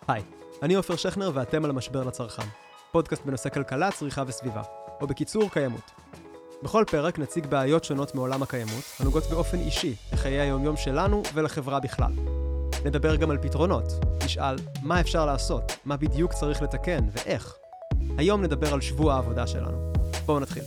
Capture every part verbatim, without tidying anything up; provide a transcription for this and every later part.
היי, אני עופר שכנר ואתם על המשבר לצרכן, פודקאסט בנושא כלכלה, צריכה וסביבה, או בקיצור קיימות. בכל פרק נציג בעיות שונות מעולם הקיימות, הנוגעות באופן אישי לחיי היומיום שלנו ולחברה בכלל. נדבר גם על פתרונות, נשאל מה אפשר לעשות, מה בדיוק צריך לתקן ואיך. היום נדבר על שבוע העבודה שלנו. בואו נתחיל.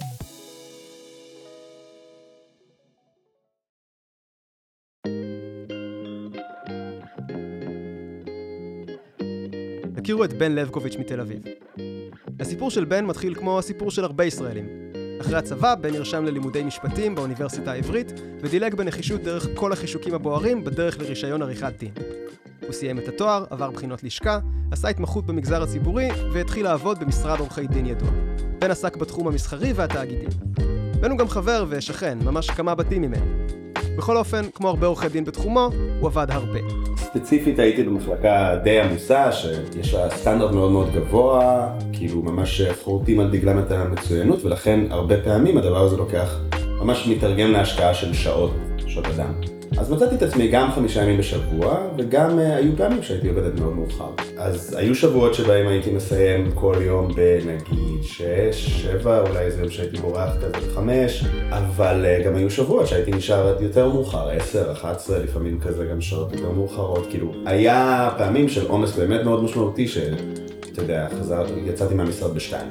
הכירו את בן לבקוביץ' מתל אביב. הסיפור של בן מתחיל כמו הסיפור של הרבה ישראלים. אחרי הצבא, בן נרשם ללימודי משפטים באוניברסיטה העברית, ודילג בנחישות דרך כל החישוקים הבוערים בדרך לרישיון עריכת דין. הוא סיים את התואר, עבר בחינות לשכה, עשה התמחות במגזר הציבורי, והתחיל לעבוד במשרד עורכי דין ידוע. בן עסק בתחום המסחרי והתאגידים. בן הוא גם חבר ושכן, ממש כמה בתים ממנו. בכל אופן, כמו הרבה עורכי דין בתחומו, הוא עבד הרבה. ספציפית הייתי במחלקה די עמוסה, שיש לה סטנדרט מאוד מאוד גבוה, כאילו ממש חורטים על דגלם את המצוינות, ולכן הרבה פעמים הדבר הזה לוקח, ממש מתרגם להשקעה של שעות, שעות אדם. אז מצאתי את עצמי גם חמישה ימים בשבוע, וגם uh, היו פעמים שהייתי עובדת מאוד מאוחר. אז היו שבועות שבהם הייתי מסיים כל יום בנגיד שש, שבע, אולי איזה יום שהייתי בורח כזה בחמש, אבל uh, גם היו שבועות שהייתי נשאר עד יותר מאוחר, עשר, אחת עשרה, לפעמים כזה גם שעות יותר מאוחרות, כאילו. היה פעמים של עומס באמת מאוד משמעותי, שאתה יודע, חזר, יצאתי מהמשרד בשתיים.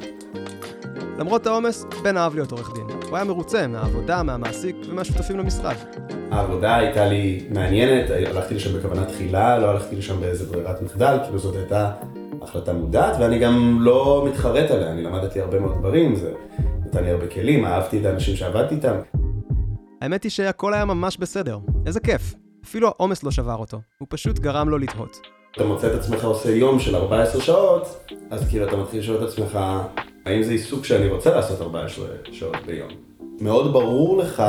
למרות העומס, בן אהב להיות עורך דין. הוא היה מרוצה מהעבודה, מהמעסיק ומהשותפים למשרד. העבודה הייתה לי מעניינת, הלכתי לשם בכוונה תחילה, לא הלכתי לשם באיזה ברירת מחדל, כאילו זאת הייתה החלטה מודעת, ואני גם לא מתחרט עליה, אני למדתי הרבה מאוד דברים, זה נתן לי הרבה כלים, אהבתי את האנשים שעבדתי איתם. האמת היא שהכל היה ממש בסדר, איזה כיף. אפילו העומס לא שבר אותו, הוא פשוט גרם לו לתהות. אתה מוצא את עצמך עושה יום של ארבע עשרה שעות, אז כאילו אתה מתחיל לשאול את עצמך, האם זה עיסוק שאני רוצה לעשות ארבע עשרה שעות ביום? מאוד ברור לך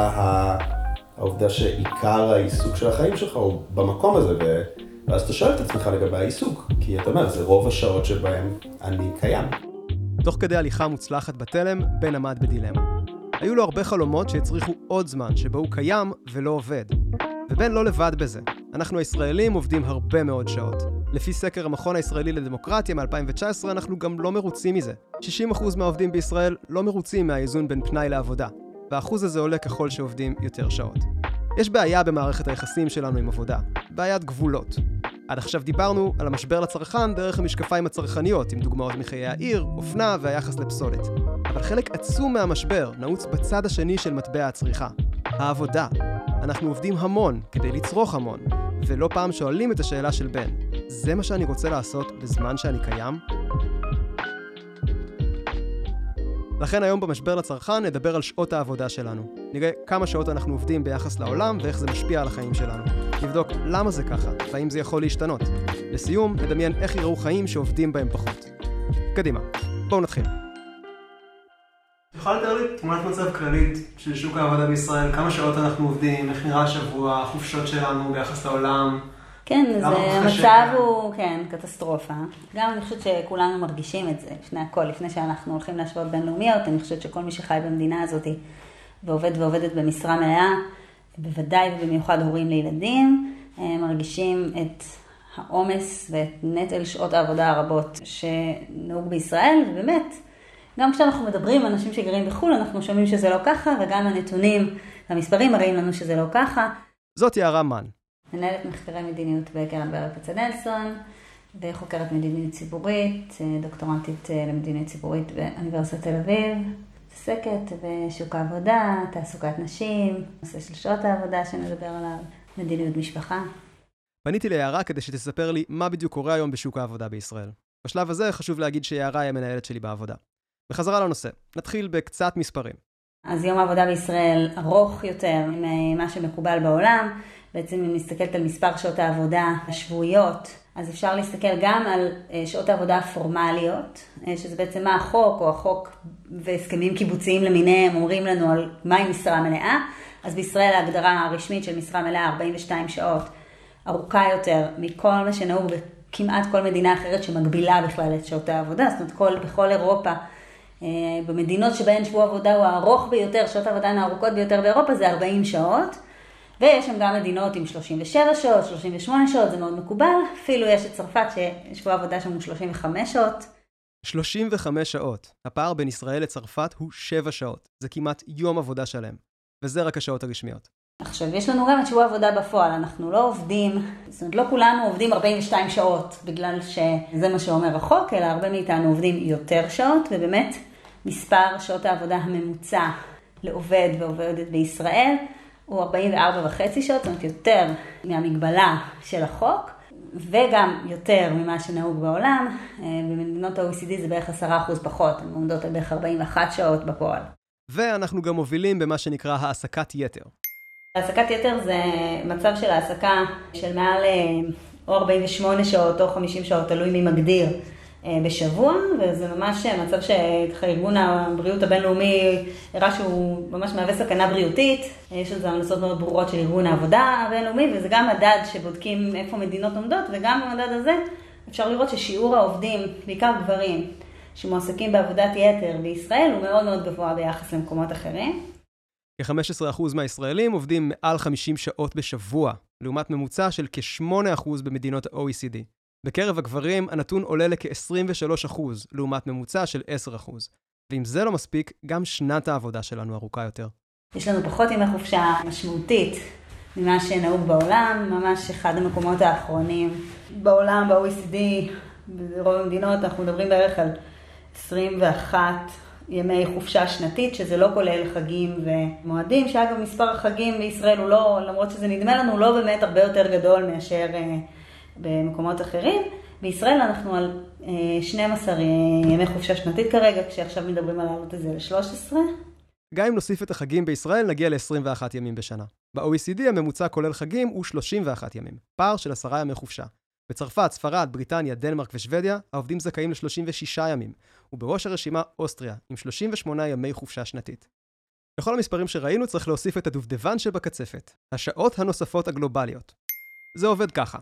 העובדה שעיקר העיסוק של החיים שלך הוא במקום הזה, ו... ואז אתה שואל את עצמך לגבי העיסוק, כי אתה אומר, זה רוב השעות שבהם אני קיים. תוך כדי הליכה מוצלחת בתלם, בן עמד בדילמה. היו לו הרבה חלומות שהצריכו עוד זמן, שבו הוא קיים ולא עובד. ובן לא לבד בזה. אנחנו הישראלים עובדים הרבה מאוד שעות. לפי סקר המכון הישראלי לדמוקרטיה מ-אלפיים תשע עשרה אנחנו גם לא מרוצים מזה. שישים אחוז מהעובדים בישראל לא מרוצים מהאיזון בין פנאי לעבודה. והאחוז הזה עולה ככל שעובדים יותר שעות. יש בעיה במערכת היחסים שלנו עם עבודה. בעיית גבולות. עד עכשיו דיברנו על המשבר לצרכן דרך המשקפיים הצרכניות, עם דוגמאות מחיי העיר, אופנה והיחס לפסולת. אבל חלק עצום מהמשבר נעוץ בצד השני של מטבע הצריכה. העבודה. אנחנו עובדים המון כדי לצרוך המון, ולא פעם שואלים את השאלה של בן, זה מה שאני רוצה לעשות בזמן שאני קיים? לכן היום במשבר לצרכן נדבר על שעות העבודה שלנו. נראה כמה שעות אנחנו עובדים ביחס לעולם ואיך זה משפיע על החיים שלנו. נבדוק למה זה ככה, והאם זה יכול להשתנות. לסיום, נדמיין איך יראו חיים שעובדים בהם פחות. קדימה, בואו נתחיל. יכולה לתאר לי תמונת מצב כללית של שוק העבודה בישראל, כמה שעות אנחנו עובדים, איך נראה השבוע, החופשות שלנו ביחס לעולם? כן, זה המצב הוא, כן, קטסטרופה. גם אני חושבת שכולנו מרגישים את זה, לפני הכל, לפני שאנחנו הולכים להשוואות בינלאומיות, אני חושבת שכל מי שחי במדינה הזאת ועובד ועובדת במשרה מלאה, בוודאי ובמיוחד הורים לילדים, מרגישים את העומס ואת נטל שעות העבודה הרבות שנהוג בישראל, ובאמת, גם כשאנחנו מדברים עם אנשים שגרים בחו"ל, אנחנו שומעים שזה לא ככה, וגם הנתונים והמספרים מראים לנו שזה לא ככה. זאת יערה מן. מנהלת מחקרי מדיניות בקרן ברל כצנלסון, וחוקרת מדיניות ציבורית, דוקטורנטית למדיניות ציבורית באוניברסיטת תל אביב. עוסקת בשוק העבודה, תעסוקת נשים, נושא של שעות העבודה שנדבר עליו, מדיניות משפחה. פניתי ליערה כדי שתספר לי מה בדיוק קורה היום בשוק העבודה בישראל. בשלב הזה חשוב להגיד שיערה היא המנהלת שלי בעבודה. בחזרה לנושא, נתחיל בקצת מספרים. אז יום העבודה בישראל ארוך יותר ממה שמקובל בעולם. בעצם אם נסתכלת על מספר שעות העבודה השבועיות, אז אפשר להסתכל גם על שעות העבודה הפורמליות, שזה בעצם מה החוק או החוק והסכמים קיבוציים למיניהם אומרים לנו על מהי משרה מלאה. אז בישראל ההגדרה הרשמית של משרה מלאה ארבעים ושתיים שעות, ארוכה יותר מכל מה שנהוג בכמעט כל מדינה אחרת שמגבילה בכלל את שעות העבודה. זאת אומרת, כל, בכל אירופה, במדינות שבהן שבוע עבודה הוא הארוך ביותר, שעות העבודה הארוכות ביותר באירופה זה ארבעים שעות. ויש שם גם מדינות עם שלושים ושבע שעות, שלושים ושמונה שעות, זה מאוד מקובל. אפילו יש את צרפת ששבוע עבודה שם הוא שלושים וחמש שעות. שלושים וחמש שעות. הפער בין ישראל לצרפת הוא שבע שעות. זה כמעט יום עבודה שלם. וזה רק השעות הרשמיות. עכשיו, יש לנו גם את שבוע עבודה בפועל. אנחנו לא עובדים, זאת אומרת, לא כולנו עובדים ארבעים ושתיים שעות, בגלל שזה מה שאומר החוק, אלא הרבה מאיתנו עובדים יותר שעות, ובאמת, מספר שעות העבודה הממוצע לעובד ועובדת בישראל, הוא ארבעים וארבע וחצי שעות, זאת אומרת, יותר מהמגבלה של החוק, וגם יותר ממה שנהוג בעולם. במדינות ה-או אי סי די זה בערך עשרה אחוז פחות, הן עומדות על בערך ארבעים ואחת שעות בפועל. ואנחנו גם מובילים במה שנקרא העסקת יתר. העסקת יתר זה מצב של העסקה של מעל או ארבעים ושמונה שעות או חמישים שעות, תלוי מי מגדיר, בשבוע, וזה ממש מצב שארגון הבריאות הבינלאומי הראה שהוא ממש מהווה סכנה בריאותית. יש לזה המלצות מאוד ברורות של ארגון העבודה הבינלאומי, וזה גם מדד שבודקים איפה מדינות עומדות, וגם במדד הזה אפשר לראות ששיעור העובדים, בעיקר גברים, שמועסקים בעבודת יתר בישראל, הוא מאוד מאוד גבוה ביחס למקומות אחרים. כ-חמישה עשר אחוז מהישראלים עובדים מעל חמישים שעות בשבוע, לעומת ממוצע של כ-שמונה אחוז במדינות ה-או אי סי די. בקרב הגברים הנתון עולה לכ-עשרים ושלושה אחוז, לעומת ממוצע של עשרה אחוז. ואם זה לא מספיק, גם שנת העבודה שלנו ארוכה יותר. יש לנו פחות ימי חופשה משמעותית ממה שנהוג בעולם, ממש אחד המקומות האחרונים. בעולם, ב-או אי סי די, ברוב המדינות, אנחנו מדברים בערך על עשרים ואחד ימי חופשה שנתית, שזה לא כולל חגים ומועדים, שאגב מספר החגים בישראל הוא לא, למרות שזה נדמה לנו, לא באמת הרבה יותר גדול מאשר במקומות אחרים. בישראל אנחנו על שנים עשר ימי חופשה שנתית כרגע, כשעכשיו מדברים על העלות הזה ל-שלוש עשרה. גם אם נוסיף את החגים בישראל, נגיע ל-עשרים ואחד ימים בשנה. ב-או אי סי די הממוצע כולל חגים הוא שלושים ואחד ימים, פער של עשרה ימי חופשה. בצרפת, ספרד, בריטניה, דנמרק ושוודיה, העובדים זכאים ל-שלושים ושישה ימים, ובראש הרשימה אוסטריה, עם שלושים ושמונה ימי חופשה שנתית. בכל המספרים שראינו צריך להוסיף את הדובדבן שבקצפת, השעות הנוספות הגלובליות. זה עובד ככה.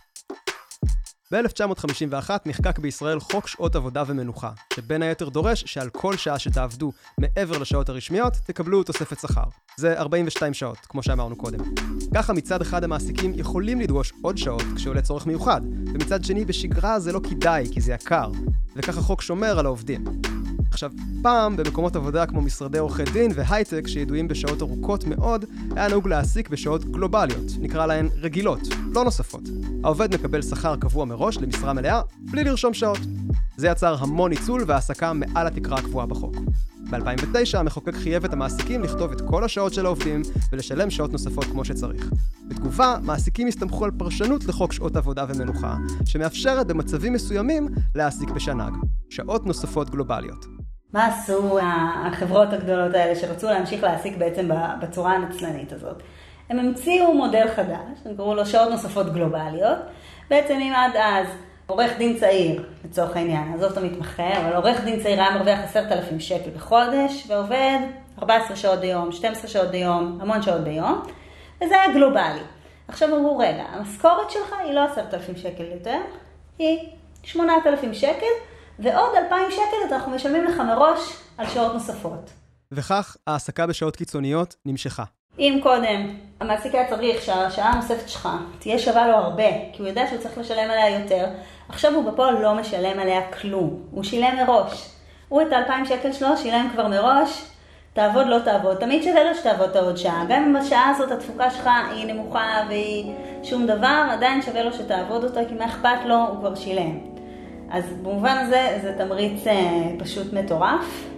ב-אלף תשע מאות חמישים ואחת נחקק בישראל חוק שעות עבודה ומנוחה, שבין היתר דורש שעל כל שעה שתעבדו מעבר לשעות הרשמיות, תקבלו תוספת שכר. זה ארבעים ושתיים שעות, כמו שאמרנו קודם. ככה מצד אחד המעסיקים יכולים לדרוש עוד שעות כשעולה צורך מיוחד, ומצד שני בשגרה זה לא כדאי כי זה יקר, וככה חוק שומר על העובדים. עכשיו, פעם במקומות עבודה כמו משרדי עורכי דין והייטק שידועים בשעות ארוכות מאוד, היה נהוג להעסיק בשעות גלובליות, נקרא להן רגילות, לא נוספות. העובד מקבל שכר קבוע מראש למשרה מלאה, בלי לרשום שעות. זה יצר המון ניצול והעסקה מעל התקרה הקבועה בחוק. ב-אלפיים ותשע המחוקק חייב את המעסיקים לכתוב את כל השעות של העובדים ולשלם שעות נוספות כמו שצריך. בתגובה, מעסיקים הסתמכו על פרשנות לחוק שעות עבודה ומנוחה, שמאפשרת במצבים מסוימים להעסיק בשנ"ג, שעות נוספות גלובליות. מה עשו החברות הגדולות האלה שרצו להמשיך להעסיק בעצם בצורה הנצלנית הזאת? הם המציאו מודל חדש, הם קראו לו שעות נוספות גלובליות. בעצם אם עד אז עורך דין צעיר, לצורך העניין, עזוב את המתמחה, אבל עורך דין צעיר היה מרוויח עשרת אלפים שקל בחודש, ועובד ארבע עשרה שעות ביום, שתים עשרה שעות ביום, המון שעות ביום, וזה היה גלובלי. עכשיו אמרו, רגע, המשכורת שלך היא לא עשרת אלפים שקל יותר, היא שמונת אלפים שקל, ועוד אלפיים שקל אנחנו משלמים לך מראש על שעות נוספות. וכך העסקה בשעות קיצוניות נמשכה. אם קודם המעסיק היה צריך שהשעה הנוספת שלך תהיה שווה לו הרבה, כי הוא יודע שהוא צריך לשלם עליה יותר, עכשיו הוא בפועל לא משלם עליה כלום. הוא שילם מראש. הוא את האלפיים שקל שלו שילם כבר מראש, תעבוד לא תעבוד. תמיד שווה לו שתעבוד את העוד שעה. גם אם בשעה הזאת התפוקה שלך היא נמוכה והיא שום דבר, עדיין שווה לו שתעבוד אותה, כי מה אכפת לו, הוא כבר שילם. אז במובן הזה זה תמריץ אה, פשוט מטורף.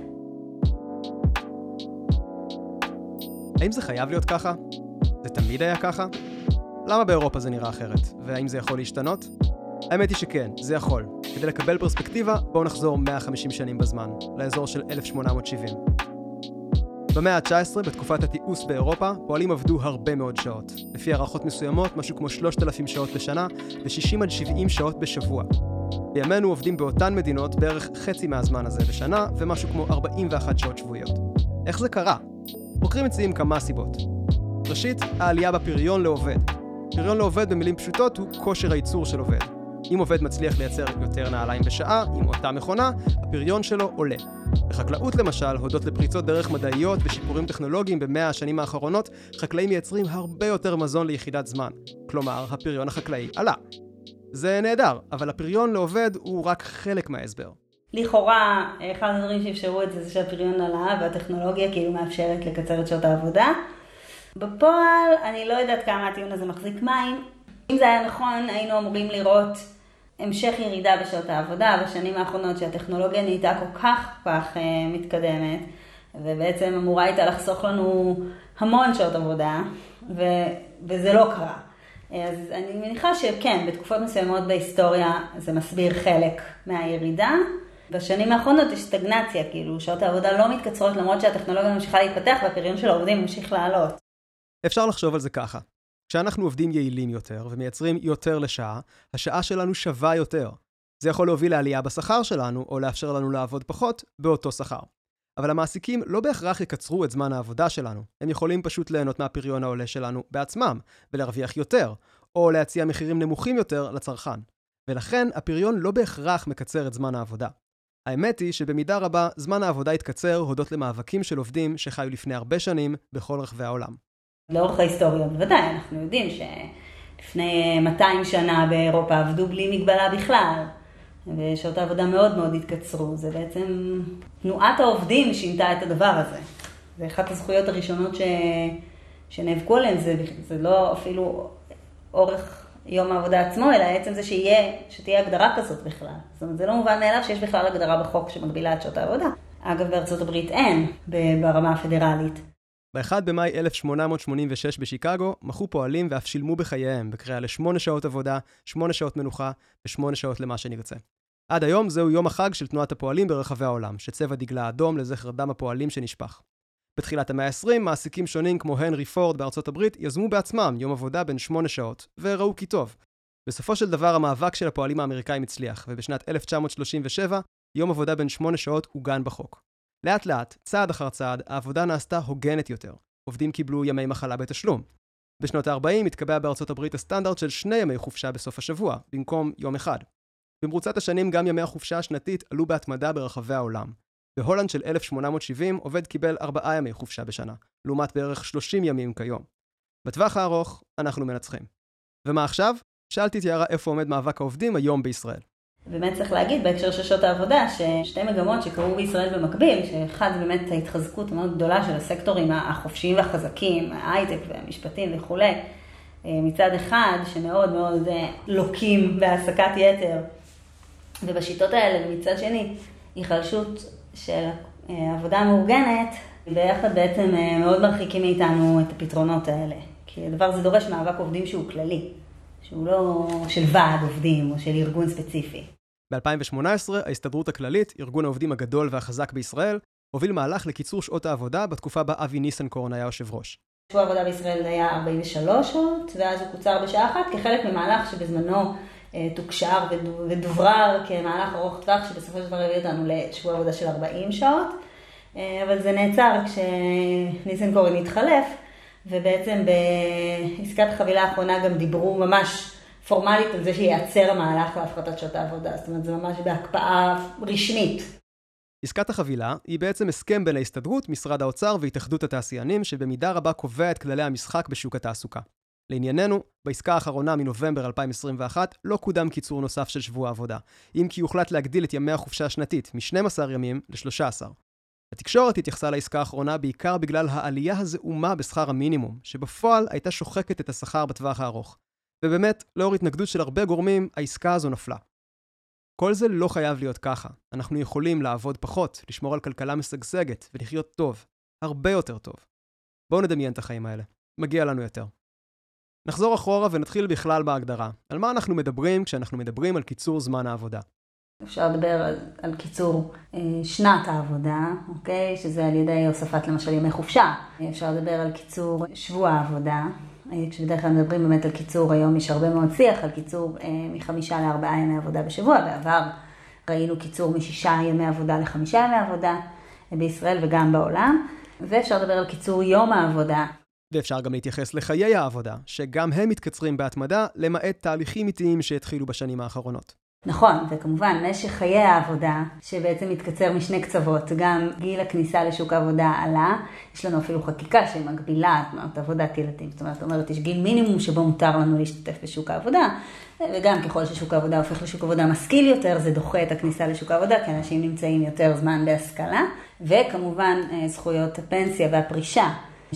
האם זה חייב להיות ככה? זה תמיד היה ככה? למה באירופה זה נראה אחרת? והאם זה יכול להשתנות? האמת היא שכן, זה יכול. כדי לקבל פרספקטיבה, בואו נחזור מאה וחמישים שנים בזמן, לאזור של אלף שמונה מאות שבעים. במאה ה-תשע עשרה, בתקופת התיעוש באירופה, פועלים עבדו הרבה מאוד שעות. לפי הערכות מסוימות, משהו כמו שלושת אלפים שעות בשנה, ו-שישים עד שבעים שעות בשבוע. בימינו עובדים באותן מדינות בערך חצי מהזמן הזה בשנה, ומשהו כמו ארבעים ואחת שעות שבועיות. איך זה קרה? חוקרים מציעים כמה סיבות. ראשית, העלייה בפריון לעובד. פריון לעובד במילים פשוטות הוא כושר הייצור של עובד. אם עובד מצליח לייצר יותר נעליים בשעה עם אותה מכונה, הפריון שלו עולה. בחקלאות למשל, הודות לפריצות דרך מדעיות ושיפורים טכנולוגיים במאה השנים האחרונות, חקלאים מייצרים הרבה יותר מזון ליחידת זמן. כלומר, הפריון החקלאי עלה. זה נהדר, אבל הפריון לעובד הוא רק חלק מההסבר. לכאורה, אחד הדברים שאפשרו את זה זה שהפריון עלה, והטכנולוגיה כאילו מאפשרת לקצר את שעות העבודה. בפועל, אני לא יודעת כמה הטיעון הזה מחזיק מים. אם זה היה נכון, היינו אמורים לראות המשך ירידה בשעות העבודה בשנים האחרונות שהטכנולוגיה נהייתה כל כך כל כך uh, מתקדמת, ובעצם אמורה הייתה לחסוך לנו המון שעות עבודה, ו- וזה לא קרה. אז אני מניחה שכן, בתקופות מסוימות בהיסטוריה זה מסביר חלק מהירידה. בשנים האחרונות יש סטגנציה, כאילו שעות העבודה לא מתקצרות למרות שהטכנולוגיה ממשיכה להתפתח והפריון של העובדים ממשיך לעלות. אפשר לחשוב על זה ככה. כשאנחנו עובדים יעילים יותר ומייצרים יותר לשעה, השעה שלנו שווה יותר. זה יכול להוביל לעלייה בשכר שלנו או לאפשר לנו לעבוד פחות באותו שכר. אבל המעסיקים לא בהכרח יקצרו את זמן העבודה שלנו. הם יכולים פשוט ליהנות מהפריון העולה שלנו בעצמם ולהרוויח יותר, או להציע מחירים נמוכים יותר לצרכן. ולכן הפריון לא בהכרח מקצר את זמן העבודה. האמת היא שבמידה רבה זמן העבודה יתקצר הודות למאבקים של עובדים שחיו לפני הרבה שנים בכל רחבי העולם. לאורך ההיסטוריה, בוודאי, אנחנו יודעים שלפני מאתיים שנה באירופה עבדו בלי מגבלה בכלל, ושעות העבודה מאוד מאוד התקצרו. זה בעצם תנועת העובדים שינתה את הדבר הזה. זה אחת הזכויות הראשונות ש... שנאבקו עליהן, זה, זה לא אפילו אורך יום העבודה עצמו, אלא עצם זה שיהיה, שתהיה הגדרה כזאת בכלל. זאת אומרת, זה לא מובן מאליו שיש בכלל הגדרה בחוק שמגבילה את שעות העבודה. אגב, בארצות הברית אין, ברמה הפדרלית. ב-אחד במאי אלף שמונה מאות שמונים ושש בשיקגו, מחו פועלים ואף שילמו בחייהם, בקריאה לשמונה שעות עבודה, שמונה שעות מנוחה ושמונה שעות למה שנרצה. עד היום זהו יום החג של תנועת הפועלים ברחבי העולם, שצבע דגלה אדום לזכר דם הפועלים שנשפך. בתחילת המאה ה-עשרים, מעסיקים שונים כמו הנרי פורד בארצות הברית יזמו בעצמם יום עבודה בין שמונה שעות, וראו כי טוב. בסופו של דבר המאבק של הפועלים האמריקאים הצליח, ובשנת אלף תשע מאות שלושים ושבע, יום עבודה בין שמונה שעות עוגן בחוק. לאט לאט, צעד אחר צעד, העבודה נעשתה הוגנת יותר. עובדים קיבלו ימי מחלה בתשלום. בשנות ה-ארבעים התקבע בארצות הברית הסטנדרט של שני ימי חופשה בסוף השבוע, במקום יום אחד. במרוצת השנים גם ימי החופשה השנתית עלו בהתמדה ברחבי העולם. בהולנד של אלף שמונה מאות שבעים עובד קיבל ארבעה ימי חופשה בשנה, לעומת בערך שלושים ימים כיום. בטווח הארוך, אנחנו מנצחים. ומה עכשיו? שאלתי את יערה איפה עומד מאבק העובדים היום בישראל. באמת צריך להגיד בהקשר של שעות העבודה, ששתי מגמות שקרו בישראל במקביל, שאחד באמת ההתחזקות מאוד גדולה של הסקטורים החופשיים והחזקים, ההייטק והמשפטים וכו'. מצד אחד שמאוד מאוד לוקים בהעסקת יתר, ובשיטות האלה, ומצד שני, היחלשות של עבודה מאורגנת, ביחד בעצם מאוד מרחיקים מאיתנו את הפתרונות האלה. כי הדבר הזה דורש מאבק עובדים שהוא כללי, שהוא לא של ועד עובדים או של ארגון ספציפי. ב-אלפיים ושמונה עשרה, ההסתדרות הכללית, ארגון העובדים הגדול והחזק בישראל, הוביל מהלך לקיצור שעות העבודה בתקופה בה אבי ניסנקורן היה יושב ראש. שבוע העבודה בישראל היה ארבעים ושלוש שעות, ואז הוא קוצר בשעה אחת, כחלק ממהלך שבזמנו תוקשר ודוברר כמהלך ארוך טווח, שבסופו של דבר הביא אותנו לשבוע עבודה של ארבעים שעות, אבל זה נעצר כשניסנקורן התחלף, ובעצם בעסקת החבילה האחרונה גם דיברו ממש פורמלית על זה שייעצר המהלך להפחתת שעות העבודה. זאת אומרת, זה ממש בהקפאה רשמית. עסקת החבילה היא בעצם הסכם בין ההסתדרות, משרד האוצר והתאחדות התעשיינים, שבמידה רבה קובע את כללי המשחק בשוק התעסוקה. לענייננו, בעסקה האחרונה מנובמבר אלפיים עשרים ואחת לא קודם קיצור נוסף של שבוע עבודה, אם כי הוחלט להגדיל את ימי החופשה השנתית מ-שנים עשר ימים ל-שלושה עשר. התקשורת התייחסה לעסקה האחרונה בעיקר בגלל העלייה הזעומה בשכר המינימום, שבפועל הייתה שוחקת את השכר בטווח הארוך. ובאמת, לאור התנגדות של הרבה גורמים, העסקה הזו נפלה. כל זה לא חייב להיות ככה. אנחנו יכולים לעבוד פחות, לשמור על כלכלה משגשגת ולחיות טוב. הרבה יותר טוב. בואו נדמיין את החיים האלה. מגיע לנו יותר. נחזור אחורה ונתחיל בכלל בהגדרה. על מה אנחנו מדברים כשאנחנו מדברים על קיצור זמן העבודה? אפשר לדבר על, על קיצור אה, שנת העבודה, אוקיי? שזה על ידי הוספת למשל ימי חופשה. אפשר לדבר על קיצור שבוע העבודה. כשבדרך כלל מדברים באמת על קיצור, היום יש הרבה מאוד שיח על קיצור אה, מחמישה לארבעה ימי עבודה בשבוע. בעבר ראינו קיצור משישה ימי עבודה לחמישה ימי עבודה בישראל וגם בעולם. ואפשר לדבר על קיצור יום העבודה. ואפשר גם להתייחס לחיי העבודה, שגם הם מתקצרים בהתמדה, למעט תהליכים איטיים שהתחילו בשנים האחרונות. נכון, וכמובן משך חיי העבודה, שבעצם מתקצר משני קצוות, גם גיל הכניסה לשוק העבודה עלה, יש לנו אפילו חקיקה שמגבילה, זאת אומרת, עבודת ילדים, זאת אומרת, זאת אומרת, יש גיל מינימום שבו מותר לנו להשתתף בשוק העבודה, וגם ככל ששוק העבודה הופך לשוק עבודה משכיל יותר, זה דוחה את הכניסה לשוק העבודה, כי אנשים נמצאים יותר זמן בהשכלה, וכמובן זכויות הפנסיה והפרישה,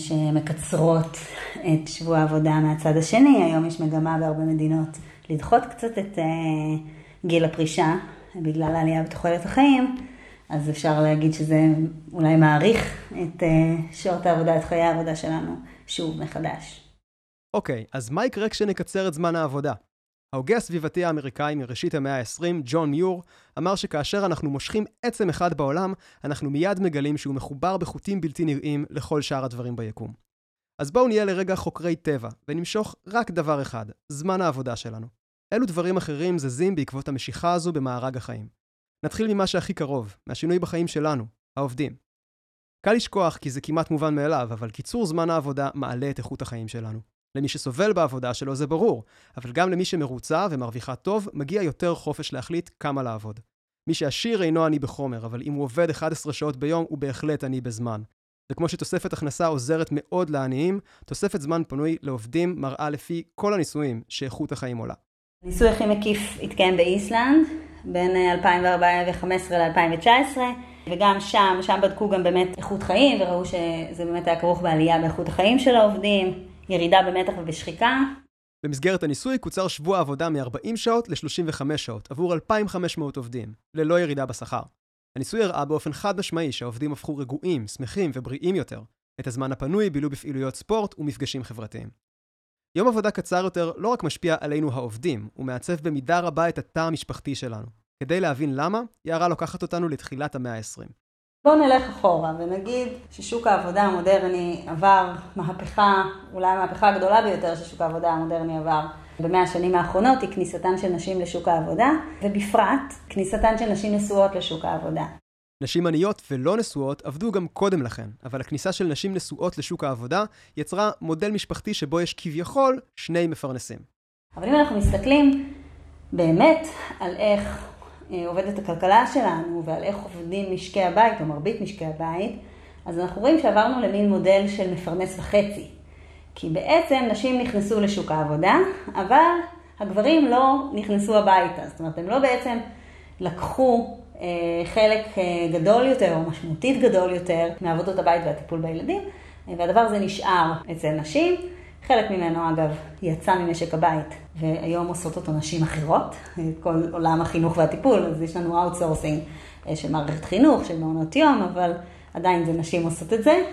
שמקצרות את שבוע העבודה מהצד השני. היום יש מגמה בהרבה מדינות לדחות קצת את גיל הפרישה, בגלל העלייה בתוחלת החיים, אז אפשר להגיד שזה אולי מעריך את שעות העבודה, את חיי העבודה שלנו, שוב מחדש. אוקיי, אז מה יקרה כשנקצר את זמן העבודה? ההוגה הסביבתי האמריקאי מראשית המאה ה-עשרים, ג'ון מיור, אמר שכאשר אנחנו מושכים עצם אחד בעולם, אנחנו מיד מגלים שהוא מחובר בחוטים בלתי נראים לכל שאר הדברים ביקום. אז בואו נהיה לרגע חוקרי טבע, ונמשוך רק דבר אחד, זמן העבודה שלנו. אילו דברים אחרים זזים בעקבות המשיכה הזו במארג החיים. נתחיל ממה שהכי קרוב, מהשינוי בחיים שלנו, העובדים. קל לשכוח כי זה כמעט מובן מאליו, אבל קיצור זמן העבודה מעלה את איכות החיים שלנו. למי שסובל בעבודה שלו זה ברור, אבל גם למי שמרוצה ומרוויחה טוב, מגיע יותר חופש להחליט כמה לעבוד. מי שעשיר אינו עני בחומר, אבל אם הוא עובד אחת עשרה שעות ביום, הוא בהחלט עני בזמן. וכמו שתוספת הכנסה עוזרת מאוד לעניים, תוספת זמן פנוי לעובדים מראה לפי כל הניסויים שאיכות החיים עולה. הניסוי הכי מקיף התקיים באיסלנד, בין אלפיים וחמש עשרה ל-אלפיים תשע עשרה, וגם שם, שם בדקו גם באמת איכות חיים, וראו שזה באמת היה כרוך בעלייה באיכות החיים של העובדים, ירידה במתח ובשחיקה. במסגרת הניסוי קוצר שבוע עבודה מ-ארבעים שעות ל-שלושים וחמש שעות, עבור אלפיים וחמש מאות עובדים, ללא ירידה בשכר. הניסוי הראה באופן חד משמעי שהעובדים הפכו רגועים, שמחים ובריאים יותר. את הזמן הפנוי בילו בפעילויות ספורט ומפגשים חברתיים. יום עבודה קצר יותר לא רק משפיע עלינו העובדים, הוא מעצב במידה רבה את התא המשפחתי שלנו. כדי להבין למה, יערה לוקחת אותנו לתחילת המאה ה-עשרים. בואו נלך אחורה ונגיד ששוק העבודה המודרני עבר מהפכה, אולי המהפכה הגדולה ביותר ששוק העבודה המודרני עבר במאה השנים האחרונות, היא כניסתן של נשים לשוק העבודה, ובפרט כניסתן של נשים נשואות לשוק העבודה. נשים עניות ולא נשואות עבדו גם קודם לכן, אבל הכניסה של נשים נשואות לשוק העבודה יצרה מודל משפחתי שבו יש כביכול שני מפרנסים. אבל אם אנחנו מסתכלים באמת על איך עובדת הכלכלה שלנו ועל איך עובדים משקי הבית או מרבית משקי הבית, אז אנחנו רואים שעברנו למין מודל של מפרנס וחצי. כי בעצם נשים נכנסו לשוק העבודה, אבל הגברים לא נכנסו הביתה. זאת אומרת, הם לא בעצם לקחו חלק גדול יותר או משמעותית גדול יותר מעבודות הבית והטיפול בילדים, והדבר הזה נשאר אצל נשים. חלק ממנו אגב יצא ממשק הבית, והיום עושות אותו נשים אחרות, כל עולם החינוך והטיפול, אז יש לנו אאוטסורסינג של מערכת חינוך, של מעונות יום, אבל עדיין זה נשים עושות את זה.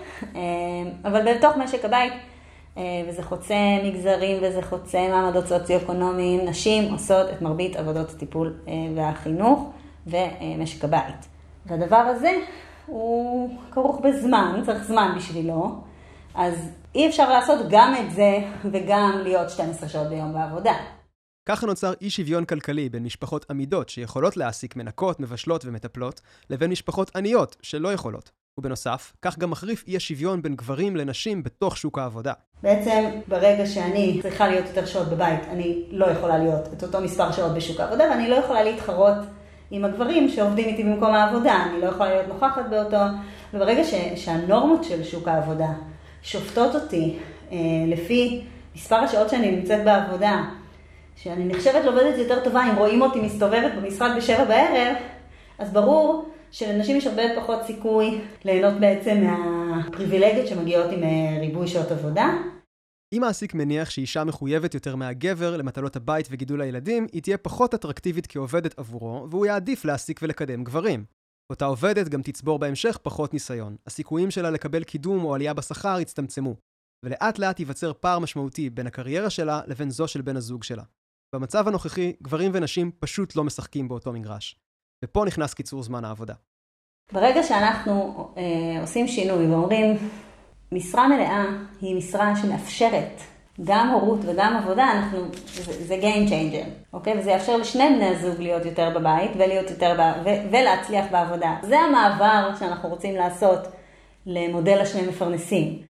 אבל בתוך משק הבית, וזה חוצה מגזרים וזה חוצה מעמדות סוציו-אקונומיים, נשים עושות את מרבית עבודות הטיפול והחינוך ומשק הבית. והדבר הזה הוא כרוך בזמן, צריך זמן בשבילו, אז אי אפשר לעשות גם את זה וגם להיות שתים עשרה שעות ביום בעבודה. ככה נוצר אי שוויון כלכלי בין משפחות עמידות שיכולות להעסיק מנקות, מבשלות ומטפלות, לבין משפחות עניות שלא יכולות. ובנוסף, כך גם מחריף אי השוויון בין גברים לנשים בתוך שוק העבודה. בעצם ברגע שאני צריכה להיות יותר שעות בבית, אני לא יכולה להיות את אותו מספר שעות בשוק העבודה, ואני לא יכולה להתחרות עם הגברים שעובדים איתי במקום העבודה, אני לא יכולה להיות נוכחת באותו, וברגע ש, שהנורמות של שוק העבודה שופטות אותי אה, לפי מספר השעות שאני נמצאת בעבודה, שאני נחשבת לעובדת יותר טובה אם רואים אותי מסתובבת במשרד בשבע בערב, אז ברור שלנשים יש הרבה פחות סיכוי ליהנות בעצם מהפריבילגיות שמגיעות עם ריבוי שעות עבודה. אם מעסיק מניח שאישה מחויבת יותר מהגבר למטלות הבית וגידול הילדים, היא תהיה פחות אטרקטיבית כעובדת עבורו, והוא יעדיף להעסיק ולקדם גברים. אותה עובדת גם תצבור בהמשך פחות ניסיון. הסיכויים שלה לקבל קידום או עלייה בשכר יצטמצמו, ולאט לאט ייווצר פער משמעותי בין הקריירה שלה לבין זו של בן הזוג שלה. במצב הנוכחי, גברים ונשים פשוט לא משחקים באותו מגרש. ופה נכנס קיצור זמן העבודה. ברגע שאנחנו אה, עושים שינוי ואומרים, משרה מלאה היא משרה שמאפשרת גם הורות וגם עבודה, אנחנו, זה, זה game changer, אוקיי? וזה יאפשר לשני בני הזוג להיות יותר בבית ולהיות יותר ב, ו, ולהצליח בעבודה. זה המעבר שאנחנו רוצים לעשות למודל השני מפרנסים.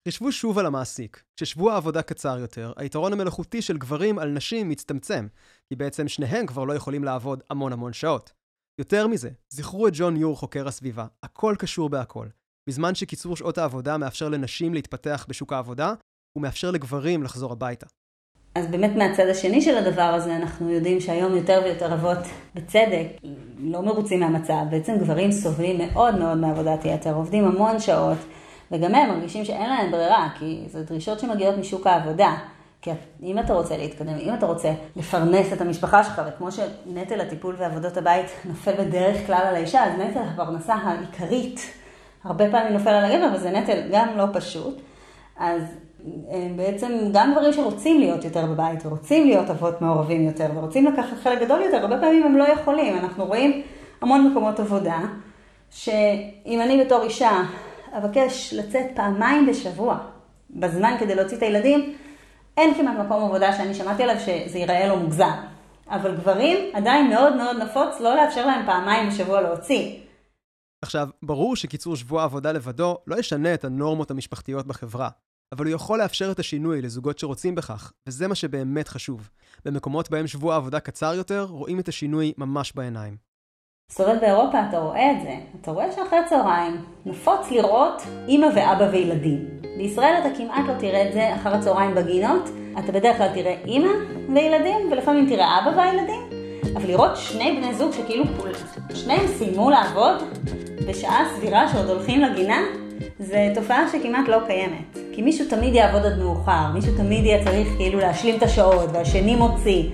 חישבו שוב על המעסיק. כששבוע העבודה קצר יותר, היתרון המלאכותי של גברים על נשים מצטמצם, כי בעצם שניהם כבר לא יכולים לעבוד המון המון שעות. יותר מזה, זכרו את ג'ון יור, חוקר הסביבה, הכל קשור בהכל. בזמן שקיצור שעות העבודה מאפשר לנשים להתפתח בשוק העבודה, הוא מאפשר לגברים לחזור הביתה. אז באמת מהצד השני של הדבר הזה, אנחנו יודעים שהיום יותר ויותר אבות בצדק לא מרוצים מהמצב. בעצם גברים סובלים מאוד מאוד מעבודת יתר, עובדים המון שעות, וגם הם מרגישים שאין להם ברירה, כי זה דרישות שמגיעות משוק העבודה. כי אם אתה רוצה להתקדם, אם אתה רוצה לפרנס את המשפחה שלך, וכמו שנטל הטיפול ועבודות הבית נופל בדרך כלל על האישה, אז נטל הפרנסה העיקרית הרבה פעמים נופל על הגבר, וזה נטל גם לא פשוט. אז בעצם גם גברים שרוצים להיות יותר בבית, ורוצים להיות אבות מעורבים יותר, ורוצים לקחת חלק גדול יותר, הרבה פעמים הם לא יכולים. אנחנו רואים המון מקומות עבודה, שאם אני בתור אישה אבקש לצאת פעמיים בשבוע, בזמן כדי להוציא את הילדים, אין כמעט מקום עבודה שאני שמעתי עליו שזה ייראה לו מוגזם. אבל גברים עדיין מאוד מאוד נפוץ לא לאפשר להם פעמיים בשבוע להוציא. עכשיו, ברור שקיצור שבוע עבודה לבדו לא ישנה את הנורמות המשפחתיות בחברה, אבל הוא יכול לאפשר את השינוי לזוגות שרוצים בכך, וזה מה שבאמת חשוב. במקומות בהם שבוע עבודה קצר יותר, רואים את השינוי ממש בעיניים. סובב באירופה אתה רואה את זה, אתה רואה שאחרי צהריים נפוץ לראות אמא ואבא וילדים. בישראל אתה כמעט לא תראה את זה אחר הצהריים בגינות, אתה בדרך כלל תראה אמא וילדים, ולפעמים תראה אבא והילדים, אבל לראות שני בני זוג שכאילו שניהם סיימו לעבוד בשעה סבירה שעוד הולכים לגינה, זה תופעה שכמעט לא קיימת. כי מישהו תמיד יעבוד עד מאוחר, מישהו תמיד יהיה צריך כאילו להשלים את השעות, והשני מוציא.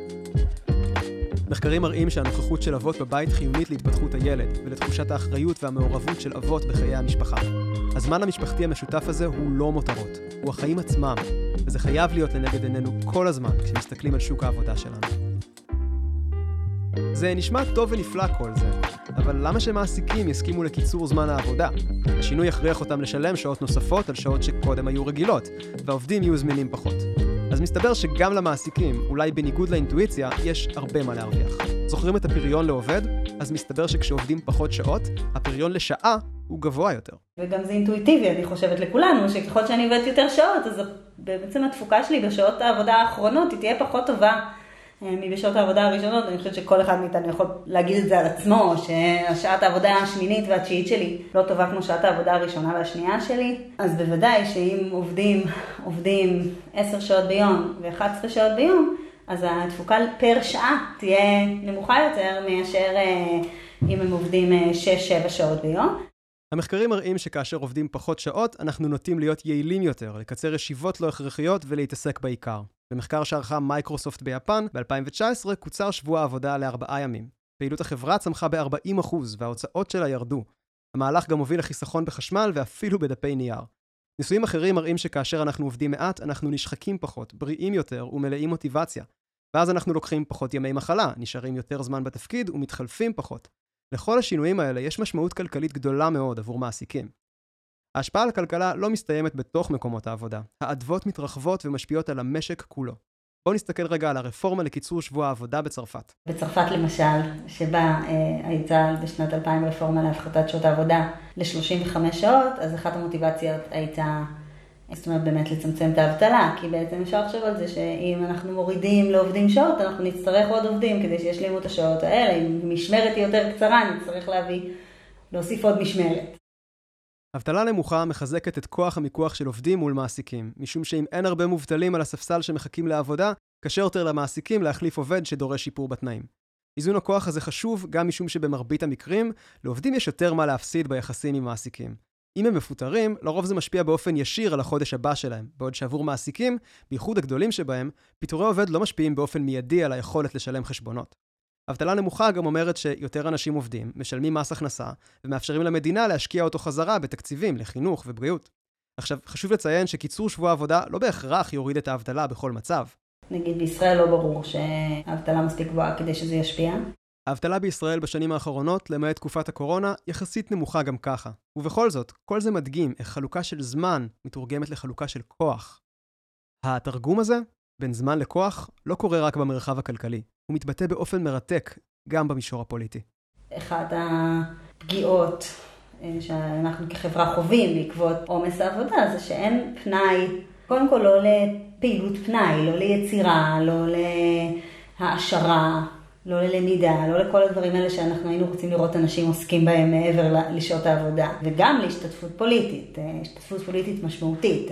מחקרים מראים שהנוכחות של אבות בבית חיונית להתפתחות הילד, ולתחושת האחריות והמעורבות של אבות בחיי המשפחה. הזמן המשפחתי המשותף הזה הוא לא מותרות, הוא החיים עצמם, וזה חייב להיות לנגד עינינו כל הזמן כשמסתכלים על שוק העבודה שלנו. זה נשמע טוב ונפלא כל זה, אבל למה שמעסיקים יסכימו לקיצור זמן העבודה? השינוי יכריח אותם לשלם שעות נוספות על שעות שקודם היו רגילות, והעובדים יהיו זמינים פחות. אז מסתבר שגם למעסיקים, אולי בניגוד לאינטואיציה, יש הרבה מה להרוויח. זוכרים את הפריון לעובד? אז מסתבר שכשעובדים פחות שעות, הפריון לשעה הוא גבוה יותר. וגם זה אינטואיטיבי, אני חושבת לכולנו, שככל שאני עובדת יותר שעות, אז בעצם התפוקה שלי בשעות העבודה האחרונות היא תהיה פחות טובה מבשעות העבודה הראשונות. אני חושבת שכל אחד מאיתנו יכול להגיד את זה על עצמו, שהשעת העבודה השמינית והתשיעית שלי לא טובה כמו שעת העבודה הראשונה והשנייה שלי. אז בוודאי שאם עובדים, עובדים עשר שעות ביום ו-אחת עשרה שעות ביום, אז התפוקה פר שעה תהיה נמוכה יותר מאשר אם הם עובדים שש שבע שעות ביום. המחקרים מראים שכאשר עובדים פחות שעות, אנחנו נוטים להיות יעילים יותר, לקצר ישיבות לא הכרחיות ולהתעסק בעיקר. במחקר שערכה מייקרוסופט ביפן, ב-אלפיים תשע עשרה קוצר שבוע העבודה לארבעה ימים. פעילות החברה צמחה ב-ארבעים אחוז וההוצאות שלה ירדו. המהלך גם הוביל לחיסכון בחשמל ואפילו בדפי נייר. ניסויים אחרים מראים שכאשר אנחנו עובדים מעט, אנחנו נשחקים פחות, בריאים יותר ומלאים מוטיבציה. ואז אנחנו לוקחים פחות ימי מחלה, נשארים יותר זמן בתפקיד ומתחלפים פחות. לכל השינויים האלה יש משמעות כלכלית גדולה מאוד עבור מעסיקים. ההשפעה על הכלכלה לא מסתיימת בתוך מקומות העבודה. האדוות מתרחבות ומשפיעות על המשק כולו. בואו נסתכל רגע על הרפורמה לקיצור שבוע העבודה בצרפת. בצרפת למשל, שבה אה, הייתה בשנת אלפיים רפורמה להפחתת שעות העבודה ל-שלושים וחמש שעות, אז אחת המוטיבציות הייתה, זאת אומרת באמת לצמצם את האבטלה, כי בעצם אפשר לחשוב על זה שאם אנחנו מורידים לעובדים שעות, אנחנו נצטרך עוד עובדים כדי שישלימו את השעות האלה. אם משמרת היא יותר קצרה, נצטרך להביא, להוסיף עוד משמרת. אבטלה נמוכה מחזקת את כוח המיקוח של עובדים מול מעסיקים, משום שאם אין הרבה מובטלים על הספסל שמחכים לעבודה, קשה יותר למעסיקים להחליף עובד שדורש שיפור בתנאים. איזון הכוח הזה חשוב גם משום שבמרבית המקרים, לעובדים יש יותר מה להפסיד ביחסים עם מעסיקים. אם הם מפוטרים, לרוב זה משפיע באופן ישיר על החודש הבא שלהם, בעוד שעבור מעסיקים, בייחוד הגדולים שבהם, פיטורי עובד לא משפיעים באופן מיידי על היכולת לשלם חשבונות. אבטלה נמוכה גם אומרת שיותר אנשים עובדים, משלמים מס הכנסה, ומאפשרים למדינה להשקיע אותו חזרה בתקציבים לחינוך ובריאות. עכשיו, חשוב לציין שקיצור שבוע העבודה לא בהכרח יוריד את האבטלה בכל מצב. נגיד בישראל לא ברור שהאבטלה מספיק גבוהה כדי שזה ישפיע. האבטלה בישראל בשנים האחרונות, למעט תקופת הקורונה, יחסית נמוכה גם ככה. ובכל זאת, כל זה מדגים איך חלוקה של זמן מתורגמת לחלוקה של כוח. התרגום הזה, בין זמן לכוח, לא קורה רק במרחב הכלכלי. הוא מתבטא באופן מרתק, גם במישור הפוליטי. אחת הפגיעות שאנחנו כחברה חווים בעקבות עומס העבודה, זה שאין פנאי, קודם כל לא לפעילות פנאי, לא ליצירה, לא להעשרה, לא ללמידה, לא לכל הדברים האלה שאנחנו היינו רוצים לראות אנשים עוסקים בהם מעבר לשעות העבודה. וגם להשתתפות פוליטית, השתתפות פוליטית משמעותית,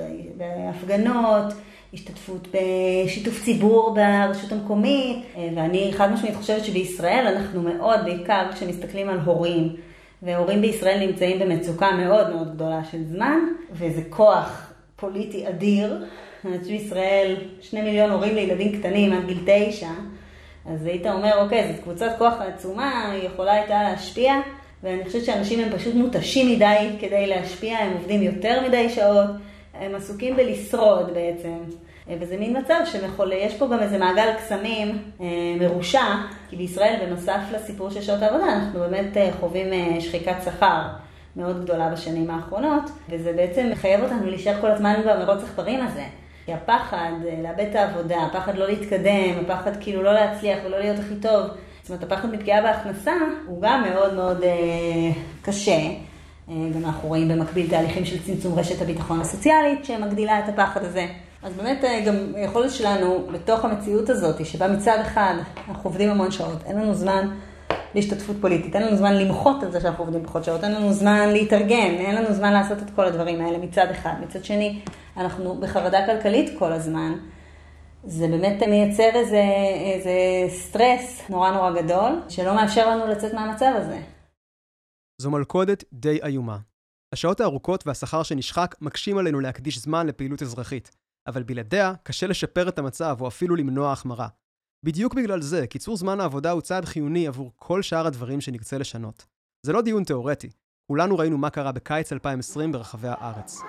בהפגנות, השתתפות בשיתוף ציבור ברשות המקומית. ואני חד משמעית חושבת שבישראל אנחנו מאוד, בעיקר כשמסתכלים על הורים, והורים בישראל נמצאים במצוקה מאוד מאוד גדולה של זמן, וזה כוח פוליטי אדיר. בישראל שני מיליון הורים לילדים קטנים עד גיל תשע, אז היית אומר, אוקיי, זאת קבוצת כוח עצומה, היא יכולה הייתה להשפיע, ואני חושבת שאנשים הם פשוט מותשים מדי כדי להשפיע, הם עובדים יותר מדי שעות, הם עסוקים בלשרוד בעצם. וזה מין מצב שיש פה גם איזה מעגל קסמים מרושע, כי בישראל בנוסף לסיפור של שעות העבודה, אנחנו באמת חווים שחיקת שכר מאוד גדולה בשנים האחרונות, וזה בעצם מחייב אותנו להישאר כל הזמן במרוץ עכברים הזה. כי הפחד לאבד את העבודה, הפחד לא להתקדם, הפחד כאילו לא להצליח ולא להיות הכי טוב, זאת אומרת, הפחד מפגיעה בהכנסה הוא גם מאוד מאוד אה, קשה. אה, גם אנחנו רואים במקביל תהליכים של צמצום רשת הביטחון הסוציאלית שמגדילה את הפחד הזה. אז באמת אה, גם יכולת שלנו בתוך המציאות הזאת, שבה מצד אחד אנחנו עובדים המון שעות, אין לנו זמן להשתתפות פוליטית, אין לנו זמן למחות על זה שאנחנו עובדים פחות שעות, אין לנו זמן להתארגן, אין לנו זמן לעשות את כל הדברים האלה מצד אחד. מצד שני, אנחנו בחרדה כלכלית כל הזמן, זה באמת מייצר איזה, איזה סטרס נורא נורא גדול, שלא מאפשר לנו לצאת מהמצב הזה. זו מלכודת די איומה. השעות הארוכות והשכר שנשחק מקשים עלינו להקדיש זמן לפעילות אזרחית, אבל בלעדיה קשה לשפר את המצב או אפילו למנוע החמרה. בדיוק בגלל זה, קיצור זמן העבודה הוא צעד חיוני עבור כל שאר הדברים שנרצה לשנות. זה לא דיון תיאורטי. כולנו ראינו מה קרה בקיץ אלפיים ועשרים ברחבי הארץ.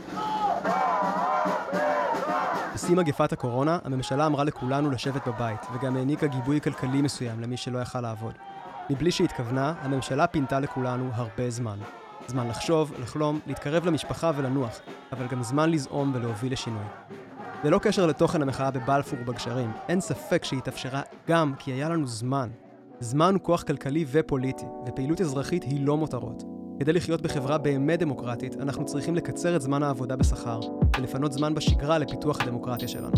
בשיא מגפת הקורונה, הממשלה אמרה לכולנו לשבת בבית, וגם העניקה גיבוי כלכלי מסוים למי שלא יכל לעבוד. מבלי שהתכוונה, הממשלה פינתה לכולנו הרבה זמן. זמן לחשוב, לחלום, להתקרב למשפחה ולנוח, אבל גם זמן לזעום ולהוביל לשינוי. ללא קשר לתוכן המחאה בבלפור ובגשרים, אין ספק שהיא התאפשרה גם כי היה לנו זמן. זמן הוא כוח כלכלי ופוליטי, ופעילות אזרחית היא לא מותרות. כדי לחיות בחברה באמת דמוקרטית, אנחנו צריכים לקצר את זמן העבודה בשכר, ולפנות זמן בשגרה לפיתוח הדמוקרטיה שלנו.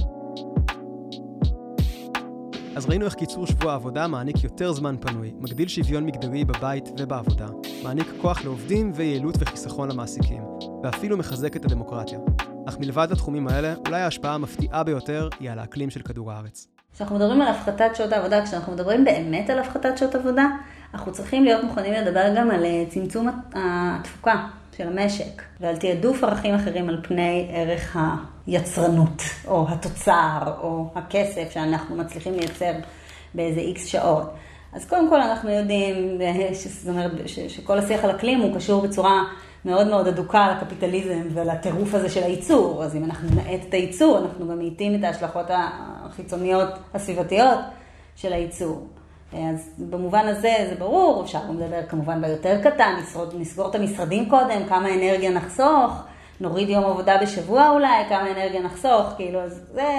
אז ראינו איך קיצור שבוע העבודה מעניק יותר זמן פנוי, מגדיל שוויון מגדרי בבית ובעבודה, מעניק כוח לעובדים ויעילות וחיסכון למעסיקים, ואפילו מחזק את הדמוקרטיה. אך מלבד התחומים האלה, אולי ההשפעה המפתיעה ביותר היא על האקלים של כדור הארץ. כשאנחנו מדברים על הפחתת שעות העבודה, כשאנחנו מדברים באמת על הפחתת שעות עבודה, אנחנו צריכים להיות מוכנים לדבר גם על צמצום התפוקה של המשק, ועל תיעדוף ערכים אחרים על פני ערך היצרנות, או התוצר, או הכסף שאנחנו מצליחים לייצר באיזה איקס שעות. אז קודם כל אנחנו יודעים, זאת אומרת, שכל השיח על אקלים הוא קשור בצורה מאוד מאוד אדוקה לקפיטליזם ולטירוף הזה של הייצור. אז אם אנחנו נעט את הייצור, אנחנו גם מאיטים את ההשלכות החיצוניות הסביבתיות של הייצור. אז במובן הזה זה ברור, אפשר גם לדבר כמובן ביותר קטן, נסגור את המשרדים קודם, כמה אנרגיה נחסוך, נוריד יום עבודה בשבוע אולי, כמה אנרגיה נחסוך, כאילו, אז זה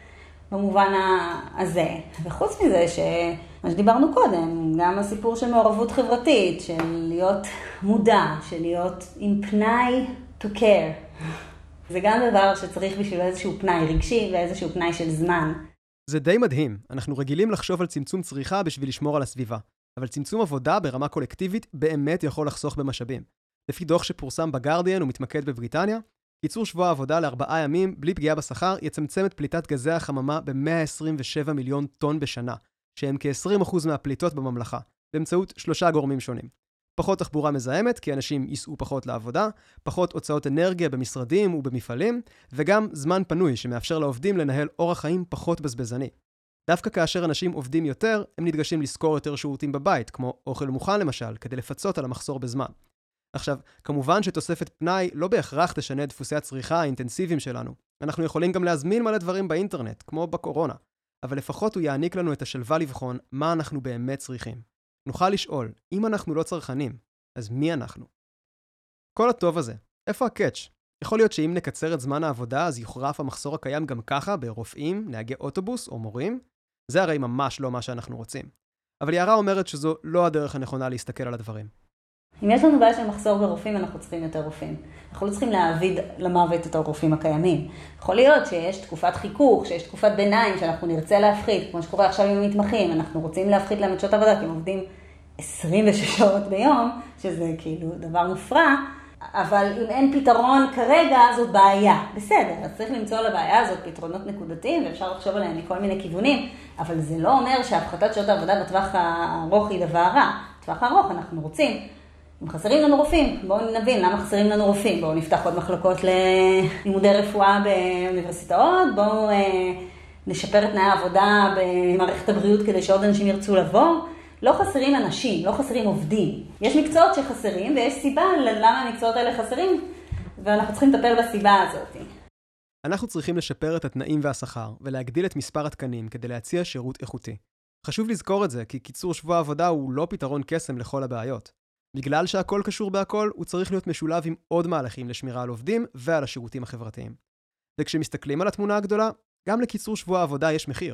במובן הזה. וחוץ מזה, שמה שדיברנו קודם, גם הסיפור של מעורבות חברתית, של להיות מודע, של להיות עם פנאי to care. זה גם דבר שצריך בשביל איזשהו פנאי רגשי ואיזשהו פנאי של זמן. זה די מדהים. אנחנו רגילים לחשוב על צמצום צריכה בשביל לשמור על הסביבה. אבל צמצום עבודה ברמה קולקטיבית באמת יכול לחסוך במשאבים. לפי דוח שפורסם בגרדיאן ומתמקד בבריטניה, קיצור שבוע העבודה לארבעה ימים בלי פגיעה בשכר יצמצם את פליטת גזי החממה ב-מאה עשרים ושבעה מיליון טון בשנה, שהם כ-עשרים אחוז מהפליטות בממלכה, באמצעות שלושה גורמים שונים. פחות תחבורה מזהמת, כי אנשים ייסעו פחות לעבודה, פחות הוצאות אנרגיה במשרדים ובמפעלים, וגם זמן פנוי שמאפשר לעובדים לנהל אורח חיים פחות בזבזני. דווקא כאשר אנשים עובדים יותר, הם נדגשים לזכור יותר שירותים בבית, כמו אוכל מוכן למשל, כדי לפצות על המחסור בזמן. עכשיו, כמובן שתוספת פנאי לא בהכרח תשנה את דפוסי הצריכה האינטנסיביים שלנו. אנחנו יכולים גם להזמין מלא דברים באינטרנט, כמו בקורונה, אבל לפחות הוא יעניק לנו את השלווה לבחון מה אנחנו באמת צריכים. נוכל לשאול, אם אנחנו לא צרכנים, אז מי אנחנו? כל הטוב הזה, איפה הקאץ'? יכול להיות שאם נקצר את זמן העבודה, אז יוחרף המחסור הקיים גם ככה ברופאים, נהגי אוטובוס או מורים? זה הרי ממש לא מה שאנחנו רוצים. אבל יערה אומרת שזו לא הדרך הנכונה להסתכל על הדברים. אם יש לנו בעיה של מחסור ברופאים, אנחנו צריכים יותר רופאים. אנחנו לא צריכים להעביד למוות את הרופאים הקיימים. יכול להיות שיש תקופת חיכוך, שיש תקופת ביניים שאנחנו נרצה להפחית, כמו שקורה עכשיו עם המתמחים, אנחנו רוצים להפחית להם את שעות עבודה, כי הם עובדים עשרים ושש שעות ביום, שזה כאילו דבר מופרע, אבל אם אין פתרון כרגע, זאת בעיה. בסדר, אז צריך למצוא לבעיה הזאת פתרונות נקודתיים, ואפשר לחשוב עליהם מכל מיני כיוונים, אבל זה לא אומר שהפחתת שעות העבודה בטווח הארוך היא דבר רע. בטווח הארוך אנחנו רוצים, אם חסרים לנו רופאים, בואו נבין למה חסרים לנו רופאים. בואו נפתח עוד מחלקות ללימודי רפואה באוניברסיטאות, בואו אה, נשפר את תנאי העבודה במערכת הבריאות כדי שעוד אנשים ירצו לבוא. לא חסרים אנשים, לא חסרים עובדים. יש מקצועות שחסרים ויש סיבה למה המקצועות האלה חסרים, ואנחנו צריכים לטפל בסיבה הזאת. אנחנו צריכים לשפר את התנאים והשכר ולהגדיל את מספר התקנים כדי להציע שירות איכותי. חשוב לזכור את זה, כי קיצור שבוע העבודה הוא לא פתרון קסם לכל הבעיות. בגלל שהכל קשור בהכל, הוא צריך להיות משולב עם עוד מהלכים לשמירה על עובדים ועל השירותים החברתיים. וכשמסתכלים על התמונה הגדולה, גם לקיצור שבוע העבודה יש מחיר.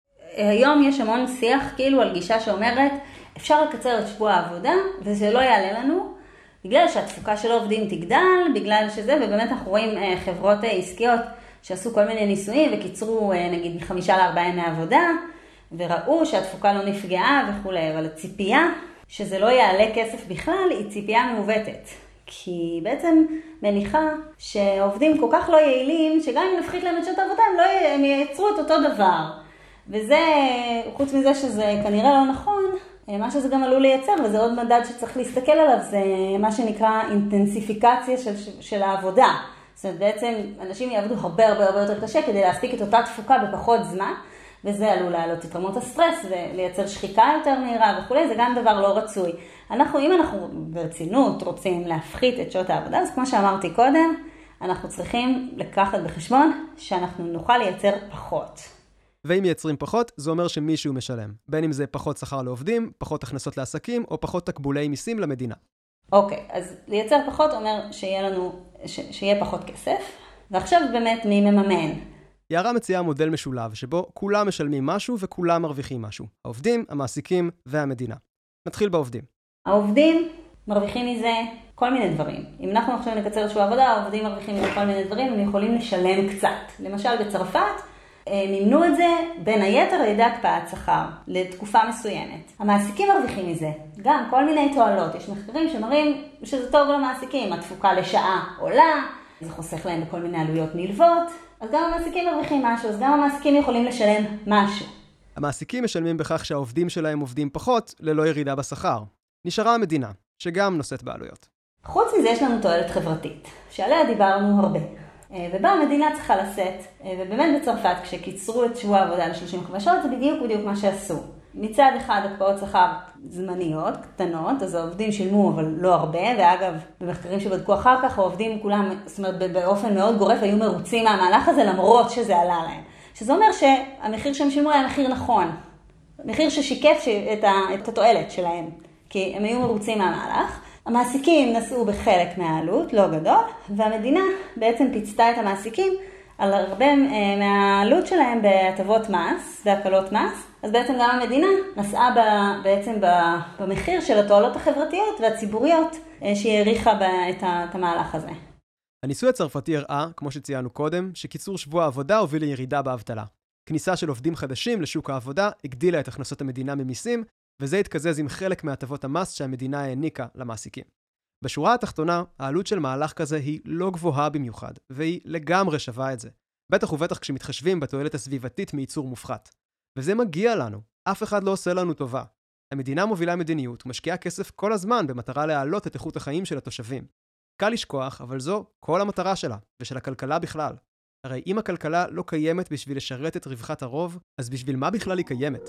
היום יש המון שיח כאילו על גישה שאומרת, אפשר לקצר את שבוע העבודה וזה לא יעלה לנו, בגלל שהתפוקה של העובדים תגדל, בגלל שזה, ובאמת אנחנו רואים חברות עסקיות שעשו כל מיני ניסויים וקיצרו נגיד מחמישה לארבעה ימי עבודה, וראו שהתפוקה לא נפגעה וכו', אבל הציפייה שזה לא יעלה כסף בכלל היא ציפייה מעוותת. כי בעצם מניחה שהעובדים כל כך לא יעילים, שגם אם נפחית להם את שעות העבודה, הם, לא י... הם ייצרו את אותו דבר. וזה, חוץ מזה שזה כנראה לא נכון, מה שזה גם עלול לייצר, וזה עוד מדד שצריך להסתכל עליו, זה מה שנקרא אינטנסיפיקציה של, של העבודה. זאת אומרת, בעצם אנשים יעבדו הרבה הרבה הרבה יותר קשה כדי להספיק את אותה תפוקה בפחות זמן, וזה עלול לעלות את רמות הסטרס ולייצר שחיקה יותר מהירה וכו', זה גם דבר לא רצוי. אנחנו, אם אנחנו ברצינות רוצים להפחית את שעות העבודה, אז כמו שאמרתי קודם, אנחנו צריכים לקחת בחשבון שאנחנו נוכל לייצר פחות. ואם מייצרים פחות, זה אומר שמישהו משלם. בין אם זה פחות שכר לעובדים, פחות הכנסות לעסקים, או פחות תקבולי מיסים למדינה. אוקיי, אז לייצר פחות אומר שיהיה לנו, ש, שיהיה פחות כסף, ועכשיו באמת מי מממן? יערה מציעה מודל משולב, שבו כולם משלמים משהו וכולם מרוויחים משהו. העובדים, המעסיקים והמדינה. נתחיל בעובדים. העובדים מרוויחים מזה כל מיני דברים. אם אנחנו עכשיו נקצר שבוע עבודה, העובדים מרוויחים מזה כל מיני דברים, הם יכולים לשלם קצת. למשל בצרפת, מימנו את זה בין היתר על ידי הקפאת שכר לתקופה מסוימת. המעסיקים מרוויחים מזה, גם כל מיני תועלות. יש מחקרים שמראים שזה טוב למעסיקים, התפוקה לשעה עולה, זה חוסך להם בכל מיני עלויות נלוות, אז גם המעסיקים מרוויחים משהו, אז גם המעסיקים יכולים לשלם משהו. המעסיקים משלמים בכך שהעובדים שלהם עובדים פחות ללא ירידה בשכר. נשארה המדינה, שגם נושאת בעלויות. חוץ מזה יש לנו תועלת חברתית, שעליה דיברנו הרבה. ובה המדינה צריכה לשאת, ובאמת בצרפת כשקיצרו את שבוע העבודה ל-שלושים וחמש שעות, זה בדיוק בדיוק מה שעשו. מצד אחד הקפאות שכר זמניות, קטנות, אז העובדים שילמו אבל לא הרבה, ואגב, במחקרים שבדקו אחר כך, העובדים כולם, זאת אומרת, באופן מאוד גורף היו מרוצים מהמהלך הזה, למרות שזה עלה להם. שזה אומר שהמחיר שהם שילמו היה מחיר נכון, מחיר ששיקף את התועלת שלהם, כי הם היו מרוצים מהמהלך. המעסיקים נשאו בחלק מהעלות, לא גדול, והמדינה בעצם פיצתה את המעסיקים על הרבה מהעלות שלהם בהטבות מס, בהקלות מס, אז בעצם גם המדינה נשאה בעצם במחיר של התועלות החברתיות והציבוריות שהיא העריכה את המהלך הזה. הניסוי הצרפתי הראה, כמו שציינו קודם, שקיצור שבוע העבודה הוביל לירידה באבטלה. כניסה של עובדים חדשים לשוק העבודה הגדילה את הכנסות המדינה ממיסים, וזה התקזז עם חלק מהטבות המס שהמדינה העניקה למעסיקים. בשורה התחתונה, העלות של מהלך כזה היא לא גבוהה במיוחד, והיא לגמרי שווה את זה. בטח ובטח כשמתחשבים בתועלת הסביבתית מייצור מופחת. וזה מגיע לנו, אף אחד לא עושה לנו טובה. המדינה מובילה מדיניות ומשקיעה כסף כל הזמן במטרה להעלות את איכות החיים של התושבים. קל לשכוח, אבל זו כל המטרה שלה, ושל הכלכלה בכלל. הרי אם הכלכלה לא קיימת בשביל לשרת את רווחת הרוב, אז בשביל מה בכלל היא קיימת?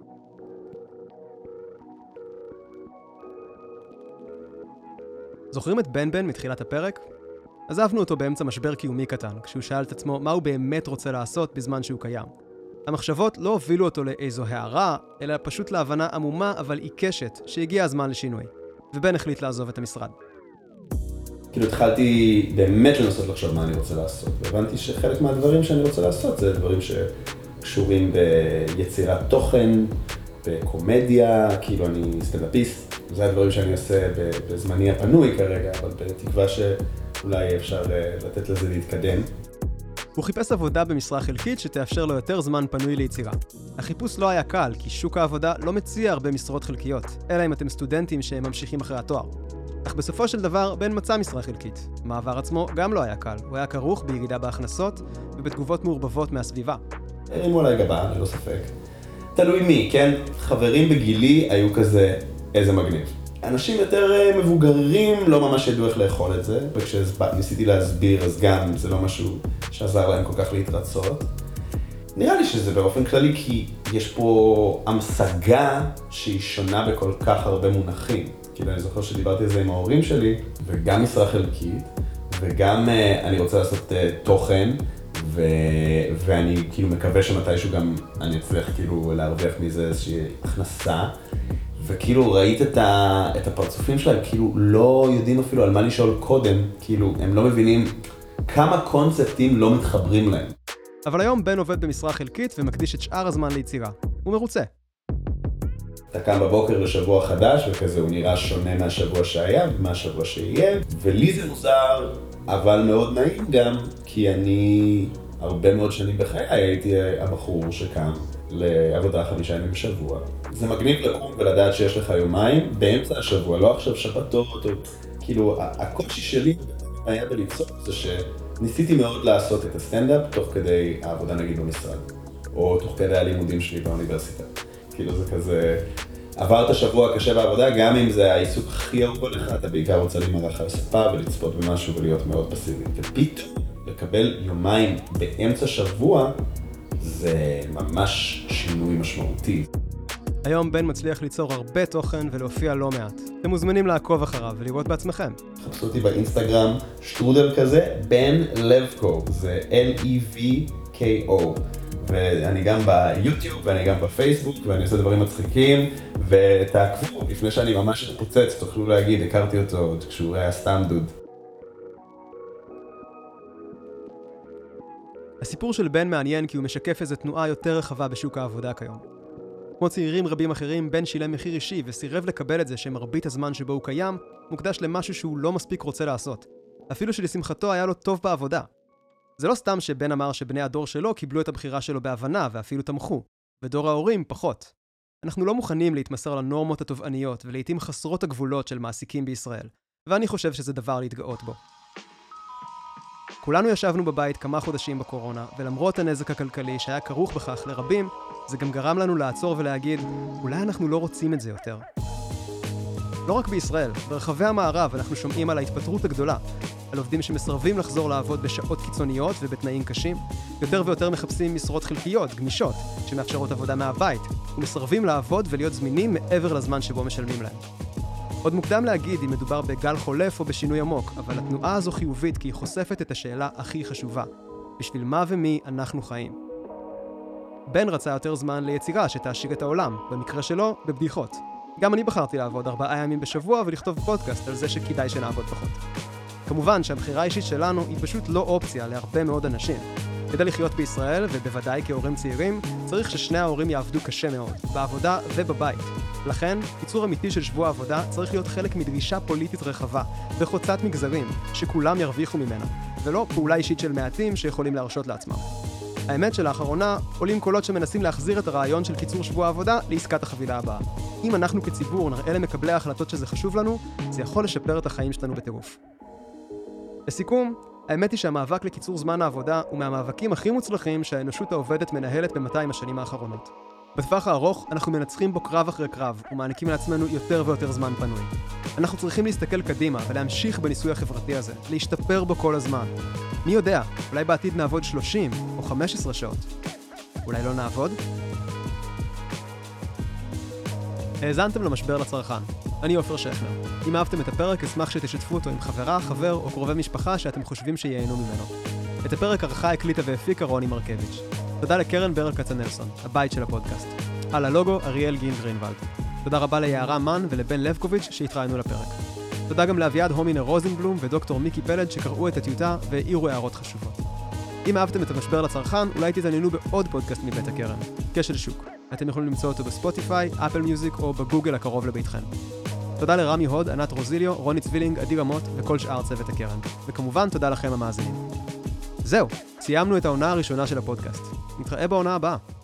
זוכרים את בן בן מתחילת הפרק? עזבנו אותו באמצע משבר קיומי קטן, כשהוא שאל את עצמו מה הוא באמת רוצה לעשות בזמן שהוא קיים. המחשבות לא הובילו אותו לאיזו הערה, אלא פשוט להבנה עמומה אבל עיקשת שהגיע הזמן לשינוי. ובן החליט לעזוב את המשרד. כאילו התחלתי באמת לנסות לחשוב מה אני רוצה לעשות, והבנתי שחלק מהדברים שאני רוצה לעשות זה דברים שקשורים ביצירת תוכן, בקומדיה, כאילו אני סטנדאפיסט. זה הדברים שאני עושה בזמני הפנוי כרגע, אבל בתקווה שאולי אפשר לתת לזה להתקדם. הוא חיפש עבודה במשרה חלקית שתאפשר לו יותר זמן פנוי ליצירה. החיפוש לא היה קל, כי שוק העבודה לא מציע הרבה משרות חלקיות, אלא אם אתם סטודנטים שממשיכים אחרי התואר. אך בסופו של דבר, בן מצא משרה חלקית. המעבר עצמו גם לא היה קל, הוא היה כרוך בירידה בהכנסות ובתגובות מעורבבות מהסביבה. הרימו עליי גבה, ללא ספק. תלוי מי, כן? חברים בגילי היו כזה, איזה מגניב. אנשים יותר מבוגרים לא ממש ידעו איך לאכול את זה, וכשניסיתי להסביר אז גם זה לא משהו שעזר להם כל כך להתרצות. נראה לי שזה באופן כללי כי יש פה המשגה שהיא שונה בכל כך הרבה מונחים. כאילו אני זוכר שדיברתי על זה עם ההורים שלי, וגם משרה חלקית, וגם אני רוצה לעשות תוכן, ו... ואני כאילו מקווה שמתישהו גם אני אצליח כאילו להרוויח מזה איזושהי הכנסה. וכאילו ראית את, ה... את הפרצופים שלהם, כאילו לא יודעים אפילו על מה לשאול קודם, כאילו הם לא מבינים כמה קונספטים לא מתחברים להם. אבל היום בן עובד במשרה חלקית ומקדיש את שאר הזמן ליצירה. הוא מרוצה. אתה קם בבוקר לשבוע חדש וכזה הוא נראה שונה מהשבוע שהיה ומהשבוע שיהיה, ולי זה מוזר, אבל מאוד נעים גם, כי אני הרבה מאוד שנים בחיי הייתי הבחור שקם לעבודה חמישה ימים בשבוע. זה מגניב לקום ולדעת שיש לך יומיים באמצע השבוע, לא עכשיו שבתות, או כאילו הקושי שלי היה בליצור זה שניסיתי מאוד לעשות את הסטנדאפ תוך כדי העבודה נגיד במשרד, או תוך כדי הלימודים שלי באוניברסיטה. כאילו זה כזה, עברת שבוע קשה בעבודה, גם אם זה העיסוק הכי אהוב עליך, אתה בעיקר רוצה להימרח על הספה ולצפות במשהו ולהיות מאוד פסיבי. ופתאום לקבל יומיים באמצע שבוע, זה ממש שינוי משמעותי. היום בן מצליח ליצור הרבה תוכן ולהופיע לא מעט. אתם מוזמנים לעקוב אחריו ולראות בעצמכם. חפשו אותי באינסטגרם, שטרודל כזה, בן לבקו, זה אל אי וי קיי או. ואני גם ביוטיוב ואני גם בפייסבוק ואני עושה דברים מצחיקים, ותעקבו, לפני שאני ממש פוצץ, תוכלו להגיד, הכרתי אותו עוד כשהוא היה סתם דוד. הסיפור של בן מעניין כי הוא משקף איזו תנועה יותר רחבה בשוק העבודה כיום. כמו צעירים רבים אחרים, בן שילם מחיר אישי וסירב לקבל את זה שמרבית הזמן שבו הוא קיים מוקדש למשהו שהוא לא מספיק רוצה לעשות. אפילו שלשמחתו היה לו טוב בעבודה. זה לא סתם שבן אמר שבני הדור שלו קיבלו את הבחירה שלו בהבנה ואפילו תמכו, ודור ההורים פחות. אנחנו לא מוכנים להתמסר לנורמות התובעניות ולעיתים חסרות הגבולות של מעסיקים בישראל, ואני חושב שזה דבר להתגאות בו. כולנו ישבנו בבית כמה חודשים בקורונה, ולמרות הנזק הכלכלי שהיה כרוך בכך לרבים, זה גם גרם לנו לעצור ולהגיד, אולי אנחנו לא רוצים את זה יותר. לא רק בישראל, ברחבי המערב אנחנו שומעים על ההתפטרות הגדולה, על עובדים שמסרבים לחזור לעבוד בשעות קיצוניות ובתנאים קשים, יותר ויותר מחפשים משרות חלקיות, גמישות, שמאפשרות עבודה מהבית, ומסרבים לעבוד ולהיות זמינים מעבר לזמן שבו משלמים להם. עוד מוקדם להגיד אם מדובר בגל חולף או בשינוי עמוק, אבל התנועה הזו חיובית כי היא חושפת את השאלה הכי חשובה, בשביל מה ומי אנחנו חיים. בן רצה יותר זמן ליצירה שתעשיר את העולם, במקרה שלו, בבדיחות. גם אני בחרתי לעבוד ארבעה ימים בשבוע ולכתוב פודקאסט על זה שכדאי שנעבוד פחות. כמובן שהבחירה האישית שלנו היא פשוט לא אופציה להרבה מאוד אנשים. כדי לחיות בישראל, ובוודאי כהורים צעירים, צריך ששני ההורים יעבדו קשה מאוד, בעבודה ובבית. לכן, ייצור אמיתי של שבוע עבודה צריך להיות חלק מדרישה פוליטית רחבה, וחוצת מגזרים, שכולם ירוויחו ממנה, ולא פעולה אישית של מעטים שיכולים להרשות לעצמם. האמת שלאחרונה עולים קולות שמנסים להחזיר את הרעיון של קיצור שבוע עבודה לעסקת החבילה הבאה. אם אנחנו כציבור נראה למקבלי ההחלטות שזה חשוב לנו, זה יכול לשפר את החיים שלנו בטירוף. לסיכום, האמת היא שהמאבק לקיצור זמן העבודה הוא מהמאבקים הכי מוצלחים שהאנושות העובדת מנהלת ב-מאתיים השנים האחרונות. בטווח הארוך אנחנו מנצחים בו קרב אחרי קרב ומעניקים לעצמנו יותר ויותר זמן פנוי. אנחנו צריכים להסתכל קדימה ולהמשיך בניסוי החברתי הזה, להשתפר בו כל הזמן. מי יודע, אולי בעתיד נעבוד שלושים או חמש עשרה שעות. אולי לא נעבוד? האזנתם למשבר לצרכן. אני עופר שכנר. אם אהבתם את הפרק, אשמח שתשתפו אותו עם חברה, חבר או קרובי משפחה שאתם חושבים שיהנו ממנו. את הפרק ערכה, הקליטה והפיקה רוני מרקביץ'. תודה לקרן ברל כצנלסון, הבית של הפודקאסט. על הלוגו, אריאל גין גרינוולד. תודה רבה ליערה מן ולבן לבקוביץ' שהתראינו לפרק. תודה גם לאביעד הומינר רוזנבלום ודוקטור מיקי פלד שקראו את הטיוטה והעירו הערות חשובות. אם אהבתם את המשבר לצרכן, אולי תתעניינו בעוד פודקאסט מבית הקרן, כשל שוק. אתם יכולים למצוא אותו בספוטיפיי, אפל מיוזיק או בגוגל הקרוב לביתכם. תודה לרמי הוד, ענת רוזיליו, רוני צבילינג, עדי במות וכל שאר צוות הקרן. וכמובן תודה לכם המאזינים. זהו, סיימנו את העונה הראשונה של הפודקאסט. נתראה בעונה הבאה.